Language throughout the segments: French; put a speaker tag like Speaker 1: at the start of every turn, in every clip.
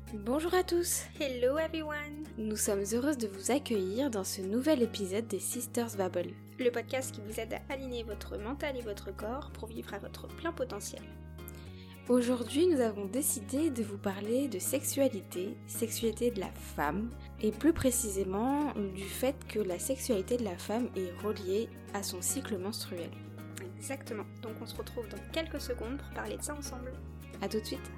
Speaker 1: Bonjour à tous.
Speaker 2: Hello everyone.
Speaker 1: Nous sommes heureuses de vous accueillir dans ce nouvel épisode des Sisters Babble.
Speaker 2: Le podcast qui vous aide à aligner votre mental et votre corps pour vivre à votre plein potentiel.
Speaker 1: Aujourd'hui, nous avons décidé de vous parler de sexualité de la femme, et plus précisément du fait que la sexualité de la femme est reliée à son cycle menstruel.
Speaker 2: Exactement. Donc on se retrouve dans quelques secondes pour parler de ça ensemble.
Speaker 1: À tout de suite.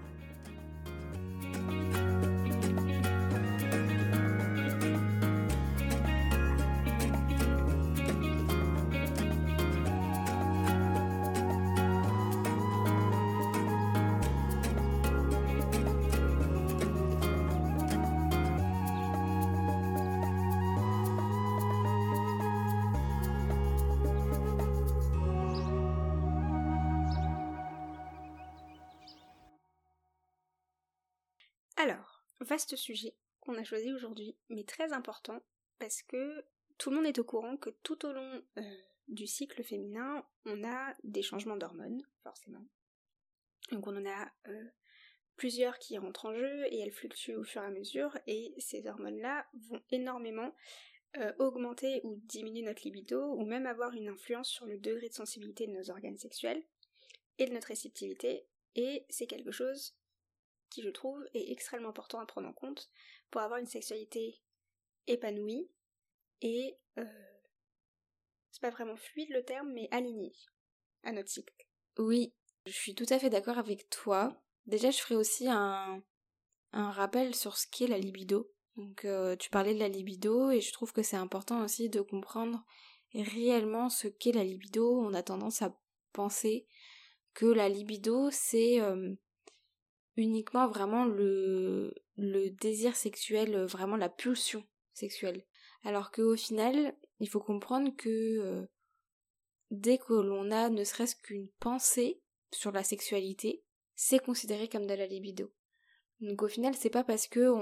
Speaker 2: Alors, vaste sujet qu'on a choisi aujourd'hui, mais très important, parce que tout le monde est au courant que tout au long du cycle féminin, on a des changements d'hormones, forcément. Donc on en a plusieurs qui rentrent en jeu, et elles fluctuent au fur et à mesure, et ces hormones-là vont énormément augmenter ou diminuer notre libido, ou même avoir une influence sur le degré de sensibilité de nos organes sexuels, et de notre réceptivité, et c'est quelque chose qui je trouve est extrêmement important à prendre en compte pour avoir une sexualité épanouie et c'est pas vraiment fluide le terme, mais alignée à notre cycle.
Speaker 1: Oui, je suis tout à fait d'accord avec toi. Déjà, je ferai aussi un rappel sur ce qu'est la libido. Donc tu parlais de la libido et je trouve que c'est important aussi de comprendre réellement ce qu'est la libido. On a tendance à penser que la libido c'est uniquement vraiment le désir sexuel, vraiment la pulsion sexuelle. Alors qu'au final, il faut comprendre que dès que l'on a ne serait-ce qu'une pensée sur la sexualité, c'est considéré comme de la libido. Donc au final, c'est pas parce que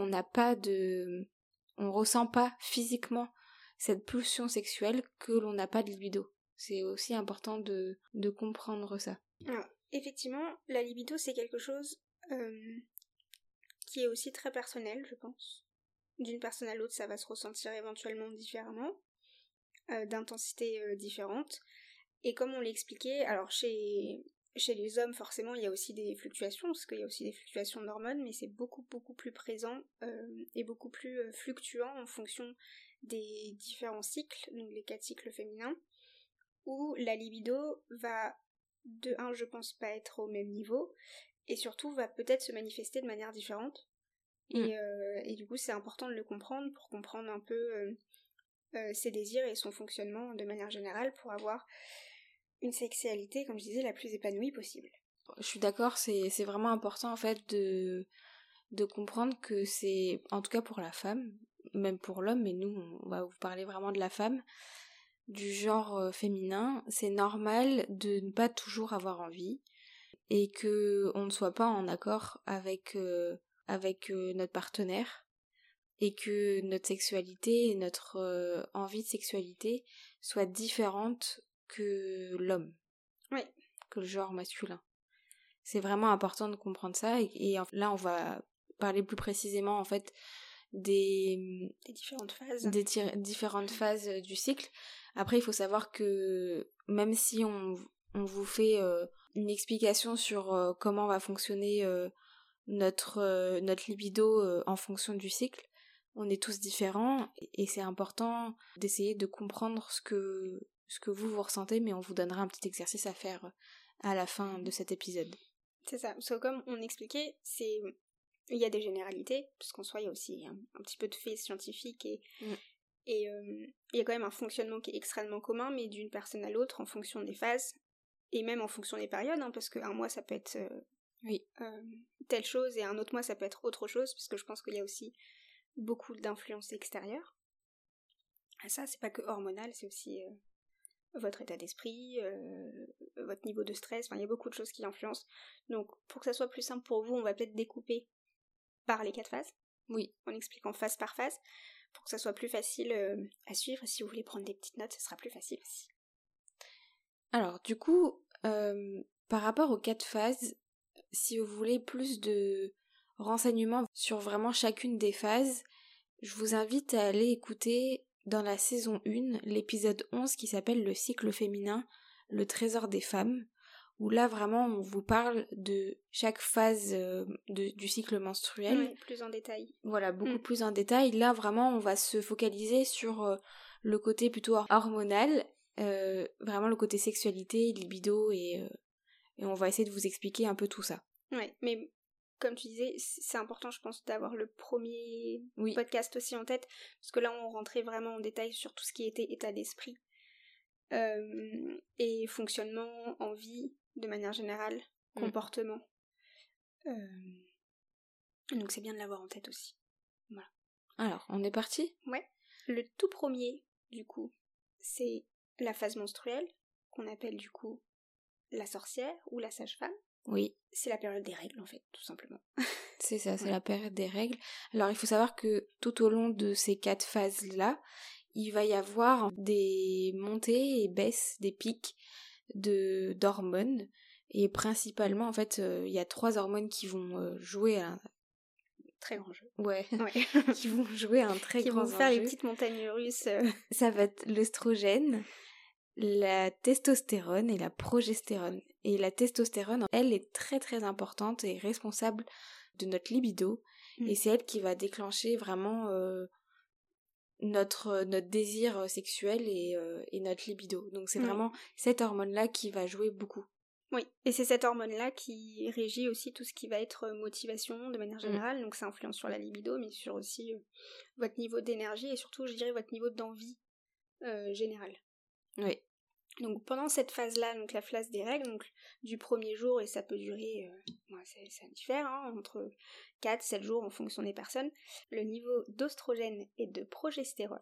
Speaker 1: on ressent pas physiquement cette pulsion sexuelle que l'on n'a pas de libido. C'est aussi important de comprendre ça.
Speaker 2: Alors, effectivement, la libido c'est quelque chose qui est aussi très personnel, je pense. D'une personne à l'autre, ça va se ressentir éventuellement différemment, d'intensité différente. Et comme on l'expliquait, alors chez les hommes, forcément, il y a aussi des fluctuations, parce qu'il y a aussi des fluctuations d'hormones, mais c'est beaucoup plus présent et beaucoup plus fluctuant en fonction des différents cycles, donc les 4 cycles féminins, où la libido va, de un, je pense pas être au même niveau, et surtout va peut-être se manifester de manière différente. Et du coup, c'est important de le comprendre pour comprendre un peu ses désirs et son fonctionnement de manière générale pour avoir une sexualité, comme je disais, la plus épanouie possible.
Speaker 1: Je suis d'accord, c'est vraiment important en fait de comprendre que c'est, en tout cas pour la femme, même pour l'homme, mais nous on va vous parler vraiment de la femme, du genre féminin, c'est normal de ne pas toujours avoir envie et que on ne soit pas en accord avec notre partenaire et que notre sexualité et notre envie de sexualité soient différentes que l'homme,
Speaker 2: oui,
Speaker 1: que le genre masculin. C'est vraiment important de comprendre ça et là on va parler plus précisément en fait des
Speaker 2: différentes phases.
Speaker 1: Des différentes phases du cycle. Après il faut savoir que même si on vous fait une explication sur comment va fonctionner notre libido en fonction du cycle, on est tous différents et c'est important d'essayer de comprendre ce que vous ressentez, mais on vous donnera un petit exercice à faire à la fin de cet épisode.
Speaker 2: C'est ça, parce que comme on expliquait, il y a des généralités, parce qu'en soi il y a aussi un petit peu de faits scientifiques et il y a quand même un fonctionnement qui est extrêmement commun, mais d'une personne à l'autre en fonction des phases, et même en fonction des périodes, parce qu'un mois ça peut être telle chose, et un autre mois ça peut être autre chose, parce que je pense qu'il y a aussi beaucoup d'influences extérieures. Et ça, c'est pas que hormonal, c'est aussi votre état d'esprit, votre niveau de stress, il y a beaucoup de choses qui influencent. Donc pour que ça soit plus simple pour vous, on va peut-être découper par les 4 phases.
Speaker 1: Oui.
Speaker 2: En expliquant phase par phase, pour que ça soit plus facile à suivre. Et si vous voulez prendre des petites notes, ça sera plus facile aussi.
Speaker 1: Alors du coup, par rapport aux 4 phases, si vous voulez plus de renseignements sur vraiment chacune des phases, je vous invite à aller écouter dans la saison 1 l'épisode 11 qui s'appelle Le cycle féminin, le trésor des femmes, où là vraiment on vous parle de chaque phase du cycle menstruel.
Speaker 2: Oui, plus en détail.
Speaker 1: Voilà, beaucoup plus en détail. Là vraiment on va se focaliser sur le côté plutôt hormonal, vraiment le côté sexualité, libido et on va essayer de vous expliquer un peu tout ça.
Speaker 2: Ouais, mais comme tu disais, c'est important je pense d'avoir le premier podcast aussi en tête, parce que là on rentrait vraiment en détail sur tout ce qui était état d'esprit et fonctionnement, envie, de manière générale, comportement. Donc c'est bien de l'avoir en tête aussi. Voilà.
Speaker 1: Alors, on est parti ?
Speaker 2: Ouais. Le tout premier, du coup, c'est la phase menstruelle, qu'on appelle du coup la sorcière ou la sage-femme.
Speaker 1: Oui.
Speaker 2: C'est la période des règles, en fait, tout simplement.
Speaker 1: C'est ça, c'est la période des règles. Alors, il faut savoir que tout au long de ces 4 phases-là, il va y avoir des montées et baisses, des pics d'hormones. Et principalement, en fait, il y a 3 hormones qui vont jouer un
Speaker 2: très grand jeu.
Speaker 1: Ouais. Qui vont jouer un très grand jeu.
Speaker 2: Qui vont faire les petites montagnes russes.
Speaker 1: Ça va être l'œstrogène, la testostérone et la progestérone. Et la testostérone, elle est très très importante et responsable de notre libido. Et c'est elle qui va déclencher vraiment notre désir sexuel et notre libido. Donc c'est vraiment cette hormone-là qui va jouer beaucoup.
Speaker 2: Oui, et c'est cette hormone-là qui régit aussi tout ce qui va être motivation de manière générale, donc ça influence sur la libido, mais sur aussi votre niveau d'énergie et surtout, je dirais, votre niveau d'envie générale.
Speaker 1: Oui.
Speaker 2: Donc pendant cette phase-là, donc la phase des règles, donc du premier jour, et ça peut durer, ça diffère, entre 4-7 jours en fonction des personnes, le niveau d'oestrogène et de progestérone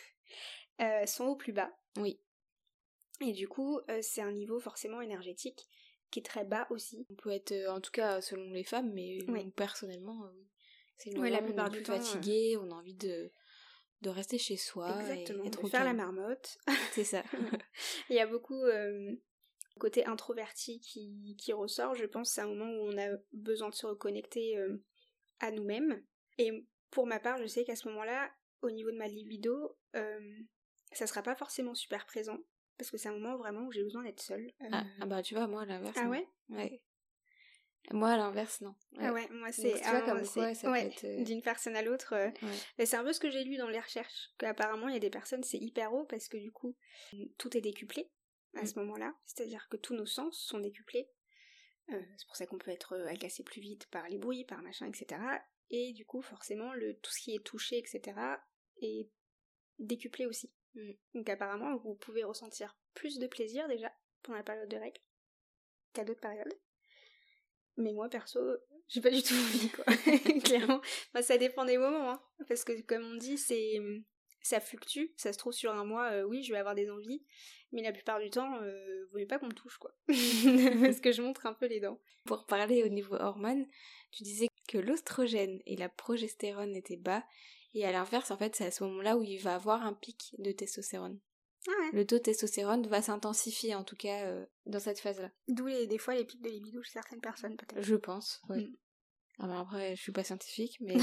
Speaker 2: sont au plus bas.
Speaker 1: Oui.
Speaker 2: Et du coup, c'est un niveau forcément énergétique qui est très bas aussi.
Speaker 1: On peut être, en tout cas selon les femmes, mais personnellement, c'est le moment
Speaker 2: la
Speaker 1: où
Speaker 2: plupart
Speaker 1: on est plus
Speaker 2: du temps,
Speaker 1: fatigué, on a envie de rester chez soi.
Speaker 2: Exactement,
Speaker 1: et être
Speaker 2: de faire la marmotte.
Speaker 1: C'est ça.
Speaker 2: Il y a beaucoup côté introverti qui ressort, je pense, c'est un moment où on a besoin de se reconnecter à nous-mêmes. Et pour ma part, je sais qu'à ce moment-là, au niveau de ma libido, ça sera pas forcément super présent. Parce que c'est un moment vraiment où j'ai besoin d'être seule.
Speaker 1: Ah bah tu vois, moi à l'inverse.
Speaker 2: Ah
Speaker 1: non.
Speaker 2: ouais.
Speaker 1: Ouais. Moi à l'inverse, non.
Speaker 2: Ouais. Ah ouais, moi c'est...
Speaker 1: Donc, tu vois comme quoi ça peut être...
Speaker 2: d'une personne à l'autre. C'est un peu ce que j'ai lu dans les recherches. Qu'apparemment il y a des personnes, c'est hyper haut parce que du coup, tout est décuplé à ce moment-là. C'est-à-dire que tous nos sens sont décuplés. C'est pour ça qu'on peut être agacé plus vite par les bruits, par machin, etc. Et du coup, forcément, tout ce qui est touché, etc. est décuplé aussi. Donc apparemment, vous pouvez ressentir plus de plaisir déjà pendant la période de règles qu'à d'autres périodes. Mais moi, perso, j'ai pas du tout envie, quoi. Clairement. Moi, ça dépend des moments, parce que comme on dit, ça fluctue. Ça se trouve sur un mois, oui, je vais avoir des envies, mais la plupart du temps, vous voulez pas qu'on me touche, quoi. Parce que je montre un peu les dents.
Speaker 1: Pour parler au niveau hormones, tu disais que l'oestrogène et la progestérone étaient bas. Et à l'inverse, en fait, c'est à ce moment-là où il va avoir un pic de testostérone.
Speaker 2: Ah ouais.
Speaker 1: Le taux de testostérone va s'intensifier, en tout cas, dans cette phase-là.
Speaker 2: D'où des fois les pics de libido chez certaines personnes, peut-être.
Speaker 1: Je pense, oui. Ah ben après, je suis pas scientifique, mais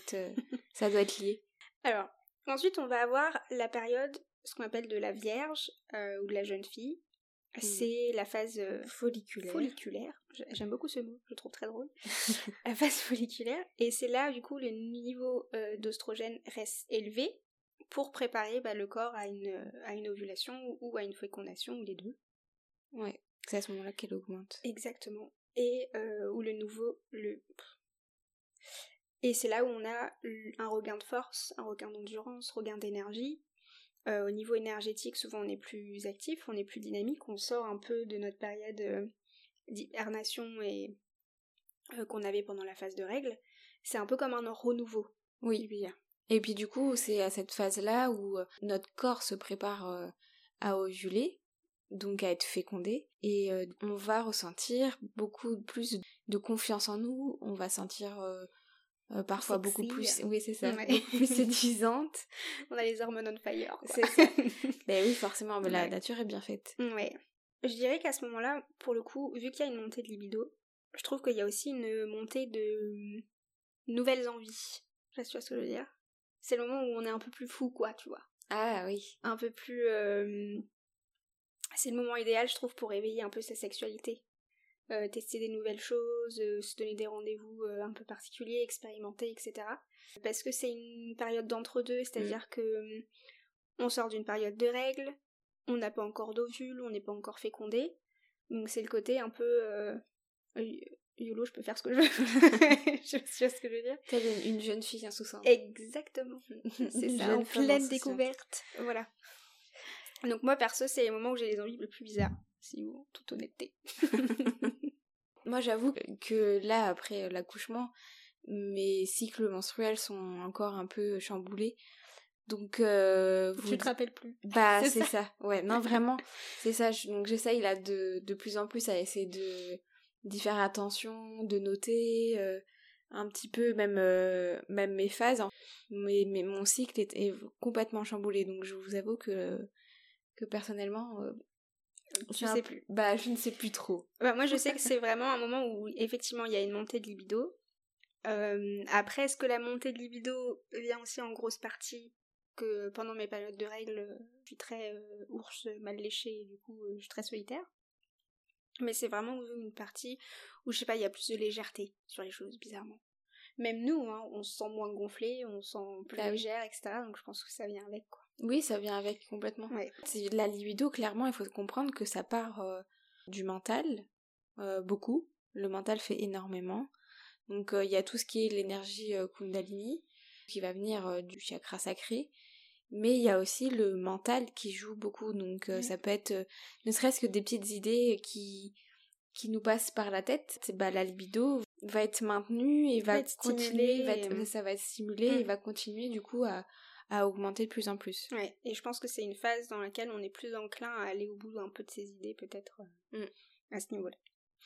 Speaker 1: ça doit être lié.
Speaker 2: Alors, ensuite, on va avoir la période, ce qu'on appelle de la vierge, ou de la jeune fille. C'est la phase folliculaire. J'aime beaucoup ce mot, je le trouve très drôle. La phase folliculaire. Et c'est là, du coup, le niveau d'oestrogène reste élevé pour préparer le corps à une ovulation ou à une fécondation, ou les deux.
Speaker 1: Ouais, c'est à ce moment-là qu'elle augmente.
Speaker 2: Exactement. Et où Et c'est là où on a un regain de force, un regain d'endurance, regain d'énergie. Au niveau énergétique, souvent on est plus actif, on est plus dynamique, on sort un peu de notre période d'hibernation et qu'on avait pendant la phase de règles. C'est un peu comme un renouveau.
Speaker 1: Oui. Et puis du coup, c'est à cette phase-là où notre corps se prépare à ovuler, donc à être fécondé, et on va ressentir beaucoup plus de confiance en nous, on va sentir... parfois
Speaker 2: sexy.
Speaker 1: Beaucoup plus, oui c'est ça, beaucoup plus séduisante.
Speaker 2: On a les hormones on fire, quoi.
Speaker 1: C'est ça. Ben oui, forcément, mais la nature est bien faite.
Speaker 2: Ouais. Je dirais qu'à ce moment-là, pour le coup, vu qu'il y a une montée de libido, je trouve qu'il y a aussi une montée nouvelles envies. Je sais pas si tu vois ce que je veux dire. C'est le moment où on est un peu plus fou, quoi, tu vois.
Speaker 1: Ah oui.
Speaker 2: Un peu plus... C'est le moment idéal, je trouve, pour éveiller un peu sa sexualité. Tester des nouvelles choses, se donner des rendez-vous un peu particuliers, expérimenter, etc. Parce que c'est une période d'entre-deux, c'est-à-dire que on sort d'une période de règles, on n'a pas encore d'ovules, on n'est pas encore fécondé, donc c'est le côté un peu YOLO, je peux faire ce que je veux. Je sais ce que je veux dire.
Speaker 1: Telle une jeune fille insouciante.
Speaker 2: Exactement. C'est
Speaker 1: Une
Speaker 2: ça,
Speaker 1: jeune
Speaker 2: en
Speaker 1: femme
Speaker 2: pleine
Speaker 1: insouciante.
Speaker 2: découverte. Voilà. Donc moi, perso, c'est les moments où j'ai les envies les plus bizarres, si vous, toute honnêteté.
Speaker 1: Moi, j'avoue que là, après l'accouchement, mes cycles menstruels sont encore un peu chamboulés. Donc,
Speaker 2: Tu te rappelles plus.
Speaker 1: Bah, c'est ça. Ouais, non, vraiment, c'est ça. Donc, j'essaye là de plus en plus à essayer d'y faire attention, de noter un petit peu même mes phases. Mais mon cycle est complètement chamboulé. Donc, je vous avoue que personnellement...
Speaker 2: Tu sais plus.
Speaker 1: Bah, je ne sais plus trop.
Speaker 2: Bah, moi, je sais que c'est vraiment un moment où, effectivement, il y a une montée de libido. Après, est-ce que la montée de libido vient aussi en grosse partie que pendant mes périodes de règles, je suis très ours mal léché et du coup, je suis très solitaire. Mais c'est vraiment une partie où, je sais pas, il y a plus de légèreté sur les choses, bizarrement. Même nous, hein, on se sent moins gonflé, on se sent plus légère, etc. Donc je pense que ça vient avec, quoi.
Speaker 1: Oui, ça vient avec complètement.
Speaker 2: Ouais.
Speaker 1: C'est la libido, clairement, il faut comprendre que ça part du mental, beaucoup. Le mental fait énormément. Donc il y a tout ce qui est l'énergie Kundalini, qui va venir du chakra sacré. Mais il y a aussi le mental qui joue beaucoup. Donc ça peut être ne serait-ce que des petites idées qui nous passent par la tête. Bah, la libido va être maintenue et va continuer, ça va être stimulé et va continuer du coup à augmenter de plus en plus.
Speaker 2: Ouais, et je pense que c'est une phase dans laquelle on est plus enclin à aller au bout d'un peu de ses idées, peut-être, à ce niveau-là.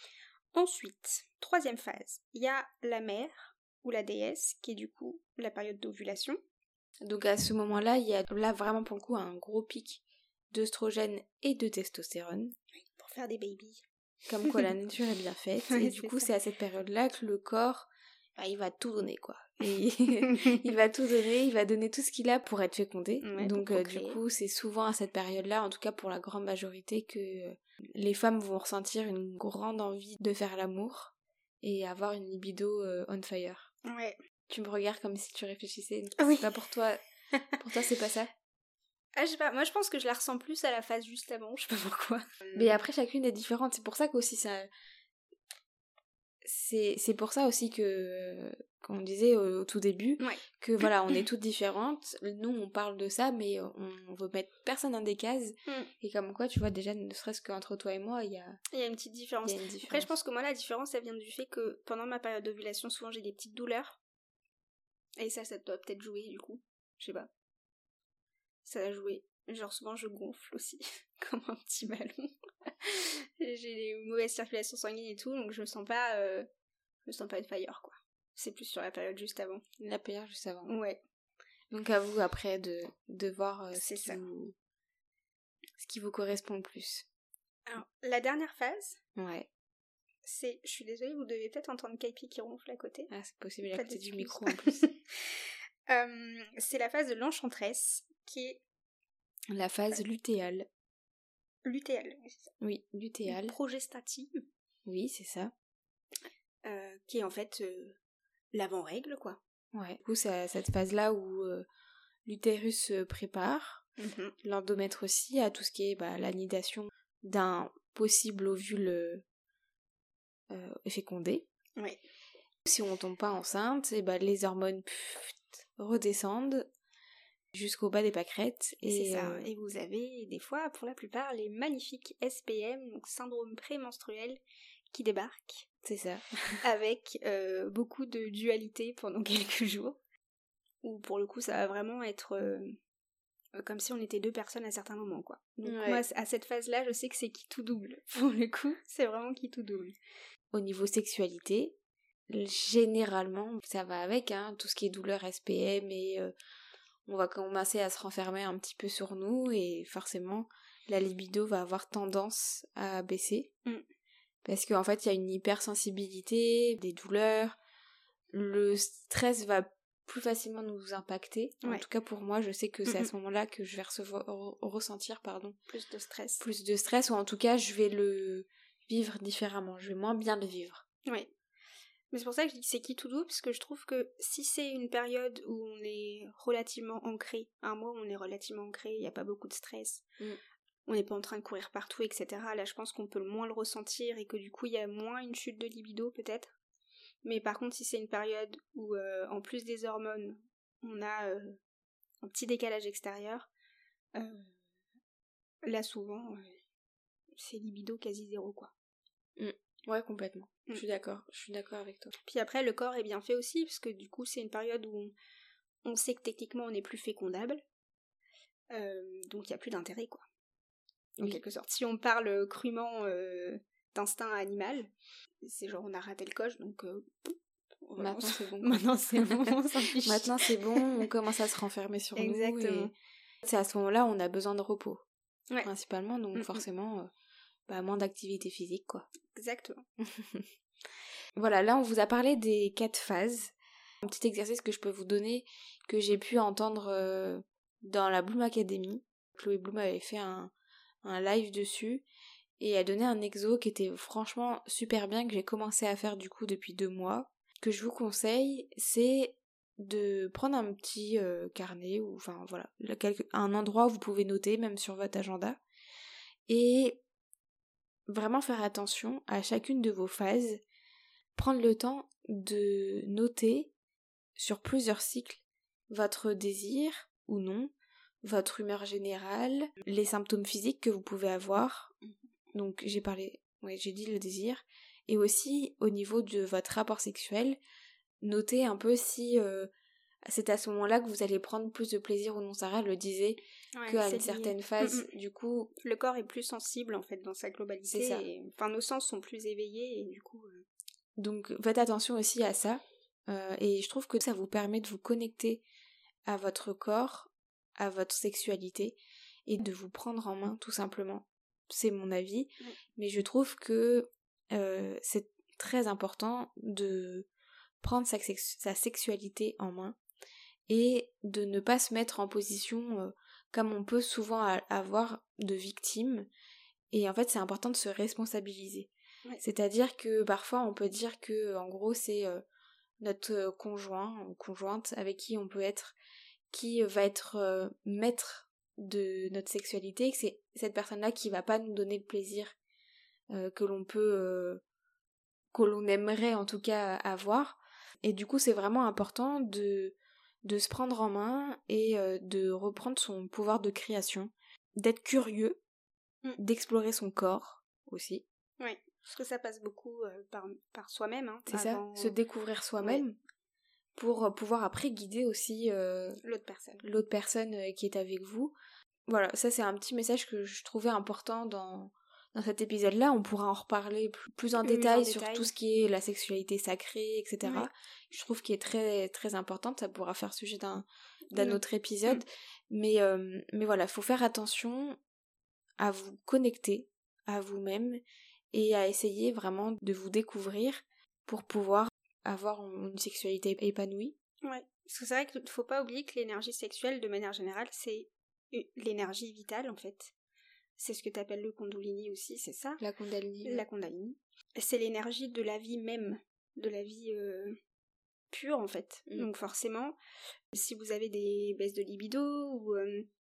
Speaker 2: Ensuite, troisième phase, il y a la mère, ou la déesse, qui est du coup la période d'ovulation.
Speaker 1: Donc à ce moment-là, il y a là vraiment pour le coup un gros pic d'œstrogène et de testostérone.
Speaker 2: Oui, pour faire des babies.
Speaker 1: Comme quoi la nature est bien faite. Et du coup, c'est à cette période-là que le corps, il va tout donner, quoi. Et il va tout donner, il va donner tout ce qu'il a pour être fécondé. Ouais, donc du coup, c'est souvent à cette période-là, en tout cas pour la grande majorité, que les femmes vont ressentir une grande envie de faire l'amour et avoir une libido on fire.
Speaker 2: Ouais.
Speaker 1: Tu me regardes comme si tu réfléchissais.
Speaker 2: Oui.
Speaker 1: C'est pas pour toi. Pour toi, c'est pas ça?
Speaker 2: Ah, je sais pas, moi je pense que je la ressens plus à la phase juste avant, je sais pas pourquoi.
Speaker 1: Mais après, chacune est différente, c'est pour ça qu'aussi ça... C'est pour ça aussi que, qu'on disait au tout début, que voilà, on est toutes différentes, nous on parle de ça, mais on veut mettre personne dans des cases, et comme quoi, tu vois, déjà, ne serait-ce qu'entre toi et moi, il y a
Speaker 2: une petite différence. Après, je pense que moi, la différence, elle vient du fait que pendant ma période d'ovulation, souvent j'ai des petites douleurs, et ça doit peut-être jouer du coup, je sais pas. Ça a joué. Genre souvent je gonfle aussi, comme un petit ballon. J'ai une mauvaise circulation sanguine et tout, donc je me sens pas de fire, quoi. C'est plus sur la période juste avant.
Speaker 1: La période juste avant.
Speaker 2: Ouais.
Speaker 1: Donc à vous après de voir ce qui vous correspond le plus.
Speaker 2: Alors, la dernière phase.
Speaker 1: Ouais.
Speaker 2: C'est, je suis désolée, vous devez peut-être entendre Kaipi qui ronfle à côté.
Speaker 1: Ah, c'est possible, il est à côté du micro en plus.
Speaker 2: C'est la phase de l'enchanteresse, qui est...
Speaker 1: La phase lutéale.
Speaker 2: Lutéale, oui, c'est ça.
Speaker 1: Oui, lutéale.
Speaker 2: Progestative.
Speaker 1: Oui, c'est ça.
Speaker 2: Qui est en fait l'avant-règle, quoi.
Speaker 1: Ouais. Du coup, c'est à cette phase-là où l'utérus se prépare, l'endomètre aussi, à tout ce qui est l'anidation d'un possible ovule fécondé.
Speaker 2: Ouais.
Speaker 1: Si on tombe pas enceinte, et les hormones redescendent jusqu'au bas des pâquerettes.
Speaker 2: C'est ça. Et vous avez des fois, pour la plupart, les magnifiques SPM, donc syndrome prémenstruel, qui débarquent.
Speaker 1: C'est ça.
Speaker 2: Avec beaucoup de dualité pendant quelques jours. Où pour le coup, ça va vraiment être comme si on était deux personnes à certains moments, quoi. Donc moi, à cette phase-là, je sais que c'est qui tout double. Pour le coup, c'est vraiment qui tout double.
Speaker 1: Au niveau sexualité, généralement, ça va avec, tout ce qui est douleur SPM et on va commencer à se renfermer un petit peu sur nous et forcément, la libido va avoir tendance à baisser. Parce qu'en fait, il y a une hypersensibilité, des douleurs, le stress va plus facilement nous impacter. En tout cas pour moi, je sais que c'est à ce moment-là que je vais ressentir
Speaker 2: plus de
Speaker 1: stress, ou en tout cas je vais le vivre différemment, je vais moins bien le vivre.
Speaker 2: Oui. Mais c'est pour ça que je dis que c'est qui tout doux, parce que je trouve que si c'est une période où on est relativement ancré, un mois où on est relativement ancré, il n'y a pas beaucoup de stress, on n'est pas en train de courir partout, etc. Là, je pense qu'on peut moins le ressentir et que du coup, il y a moins une chute de libido, peut-être. Mais par contre, si c'est une période où, en plus des hormones, on a un petit décalage extérieur, là, souvent, c'est libido quasi zéro, quoi.
Speaker 1: Ouais, complètement. Je suis d'accord avec toi.
Speaker 2: Puis après, le corps est bien fait aussi, parce que du coup, c'est une période où on sait que techniquement, on n'est plus fécondable. Donc, il n'y a plus d'intérêt, quoi. En quelque sorte. Si on parle crûment d'instinct animal, c'est genre on a raté le coche, donc
Speaker 1: maintenant c'est bon.
Speaker 2: Maintenant c'est bon, on s'en fiche.
Speaker 1: Maintenant c'est bon, on commence à se renfermer sur
Speaker 2: Exactement.
Speaker 1: nous. Et c'est à ce moment-là où on a besoin de repos,
Speaker 2: ouais.
Speaker 1: principalement, donc forcément moins d'activité physique, quoi.
Speaker 2: Exactement.
Speaker 1: Voilà, là on vous a parlé des 4 phases. Un petit exercice que je peux vous donner, que j'ai pu entendre dans la Bloom Academy. Chloé Bloom avait fait un live dessus, et elle donnait un exo qui était franchement super bien, que j'ai commencé à faire du coup depuis 2 mois. Que je vous conseille, c'est de prendre un petit carnet, ou enfin voilà, un endroit où vous pouvez noter, même sur votre agenda, et vraiment faire attention à chacune de vos phases, prendre le temps de noter sur plusieurs cycles votre désir ou non, votre humeur générale, les symptômes physiques que vous pouvez avoir. Donc j'ai dit le désir, et aussi au niveau de votre rapport sexuel, notez un peu si c'est à ce moment-là que vous allez prendre plus de plaisir ou non. Sarah le disait, qu'à une certaine phase, du coup...
Speaker 2: Le corps est plus sensible, en fait, dans sa globalité.
Speaker 1: C'est ça.
Speaker 2: Enfin, nos sens sont plus éveillés, et du coup...
Speaker 1: Donc, faites attention aussi à ça. Et je trouve que ça vous permet de vous connecter à votre corps, à votre sexualité, et de vous prendre en main, tout simplement. C'est mon avis. Mais je trouve que c'est très important de prendre sa sexualité en main, et de ne pas se mettre en position comme on peut souvent avoir de victime. Et en fait, c'est important de se responsabiliser. C'est-à-dire que parfois on peut dire que en gros c'est notre conjoint ou conjointe avec qui on peut être, qui va être maître de notre sexualité, et que c'est cette personne-là qui va pas nous donner le plaisir que l'on aimerait en tout cas avoir. Et du coup c'est vraiment important de se prendre en main et de reprendre son pouvoir de création, d'être curieux, d'explorer son corps aussi.
Speaker 2: Oui, parce que ça passe beaucoup par soi-même. Hein,
Speaker 1: c'est ça, se découvrir soi-même pour pouvoir après guider aussi l'autre personne qui est avec vous. Voilà, ça c'est un petit message que je trouvais important dans cet épisode-là. On pourra en reparler plus en détail sur tout ce qui est la sexualité sacrée, etc. Je trouve qu'il est très, très importante. Ça pourra faire sujet d'un autre épisode. Mais voilà, il faut faire attention à vous connecter à vous-même et à essayer vraiment de vous découvrir pour pouvoir avoir une sexualité épanouie.
Speaker 2: Ouais, parce que c'est vrai qu'il ne faut pas oublier que l'énergie sexuelle, de manière générale, c'est l'énergie vitale, en fait. C'est ce que tu appelles le Kundalini aussi, c'est ça ?
Speaker 1: La Kundalini.
Speaker 2: La Kundalini. C'est l'énergie de la vie même, de la vie pure, en fait. Donc forcément, si vous avez des baisses de libido ou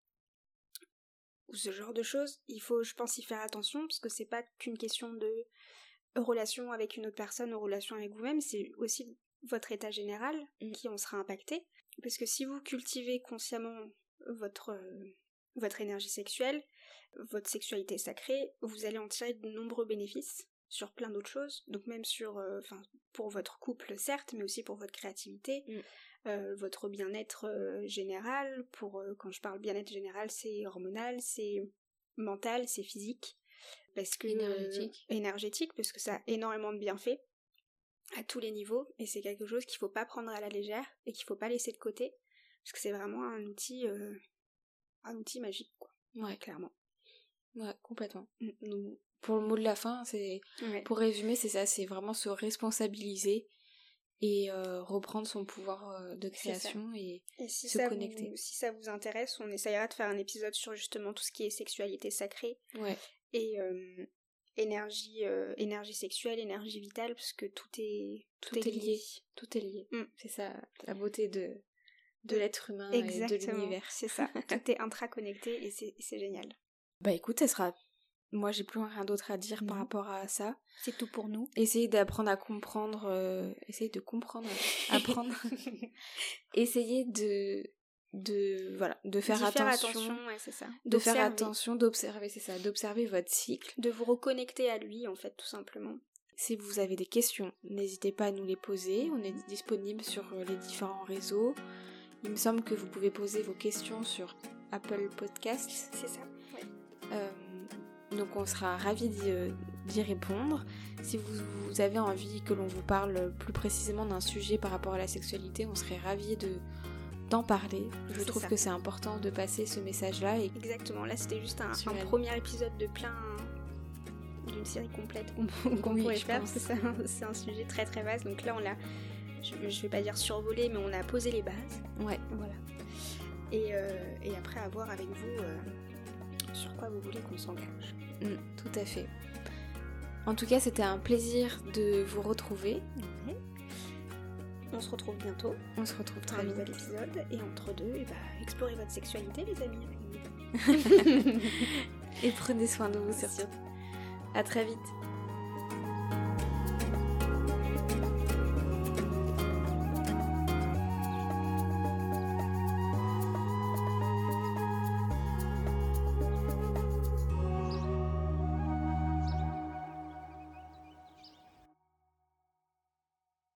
Speaker 2: ce genre de choses, il faut, je pense, y faire attention, parce que c'est pas qu'une question de relation avec une autre personne ou relation avec vous-même, c'est aussi votre état général qui en sera impacté. Parce que si vous cultivez consciemment votre énergie sexuelle, votre sexualité sacrée, vous allez en tirer de nombreux bénéfices sur plein d'autres choses, donc même sur, pour votre couple certes, mais aussi pour votre créativité, votre bien-être général. Quand je parle bien-être général, c'est hormonal, c'est mental, c'est physique, parce que énergétique, parce que ça a énormément de bienfaits à tous les niveaux, et c'est quelque chose qu'il faut pas prendre à la légère et qu'il faut pas laisser de côté, parce que c'est vraiment un outil magique, quoi.
Speaker 1: Ouais,
Speaker 2: clairement.
Speaker 1: Ouais, complètement. Pour le mot de la fin, c'est pour résumer, c'est ça, c'est vraiment se responsabiliser et reprendre son pouvoir de création et
Speaker 2: si
Speaker 1: se connecter.
Speaker 2: Si ça vous intéresse, on essayera de faire un épisode sur justement tout ce qui est sexualité sacrée et énergie sexuelle, énergie vitale, parce que tout est lié.
Speaker 1: Tout est lié. C'est ça la beauté de l'être humain.
Speaker 2: Exactement,
Speaker 1: et de l'univers.
Speaker 2: C'est ça. Tout est intraconnecté et c'est génial.
Speaker 1: Bah écoute, moi j'ai plus rien d'autre à dire par rapport à ça.
Speaker 2: C'est tout pour nous.
Speaker 1: Essayez d'apprendre à comprendre, apprendre. Essayez de faire attention,
Speaker 2: c'est ça.
Speaker 1: d'observer, c'est ça, d'observer votre cycle,
Speaker 2: de vous reconnecter à lui en fait, tout simplement.
Speaker 1: Si vous avez des questions, n'hésitez pas à nous les poser, on est disponible sur les différents réseaux. Il me semble que vous pouvez poser vos questions sur Apple Podcasts.
Speaker 2: C'est ça, ouais.
Speaker 1: Donc on sera ravis d'y répondre. Si vous avez envie que l'on vous parle plus précisément d'un sujet par rapport à la sexualité, on serait ravis d'en parler. Je trouve que c'est important de passer ce message-là.
Speaker 2: Exactement, là c'était juste un premier épisode d'une série complète qu'on pourrait faire, parce que c'est un sujet très très vaste. Donc là je vais pas dire survolé, mais on a posé les bases.
Speaker 1: Ouais.
Speaker 2: Voilà. Et après à voir avec vous sur quoi vous voulez qu'on s'engage.
Speaker 1: Tout à fait. En tout cas, c'était un plaisir de vous retrouver.
Speaker 2: On se retrouve bientôt.
Speaker 1: On se retrouve très
Speaker 2: vite. Un nouvel épisode. Et entre deux, explorez votre sexualité, les amis.
Speaker 1: Et prenez soin de vous surtout. À très vite.